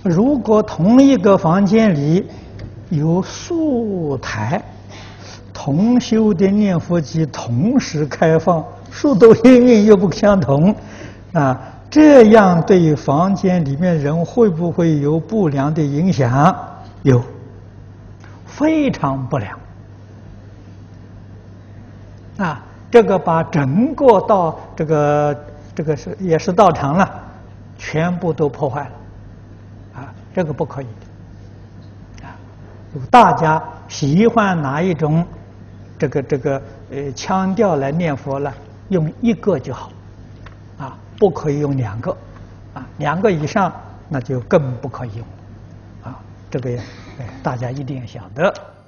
如果同一个房间里有数台同修的念佛机同时开放，速度音韵又不相同，这样对房间里面人会不会有不良的影响？有，非常不良。这个把整个这个也是道场了，全部都破坏了，这个不可以的，大家喜欢哪一种腔调来念佛了，用一个就好，不可以用两个，2个以上那就更不可以用，这个大家一定要晓得。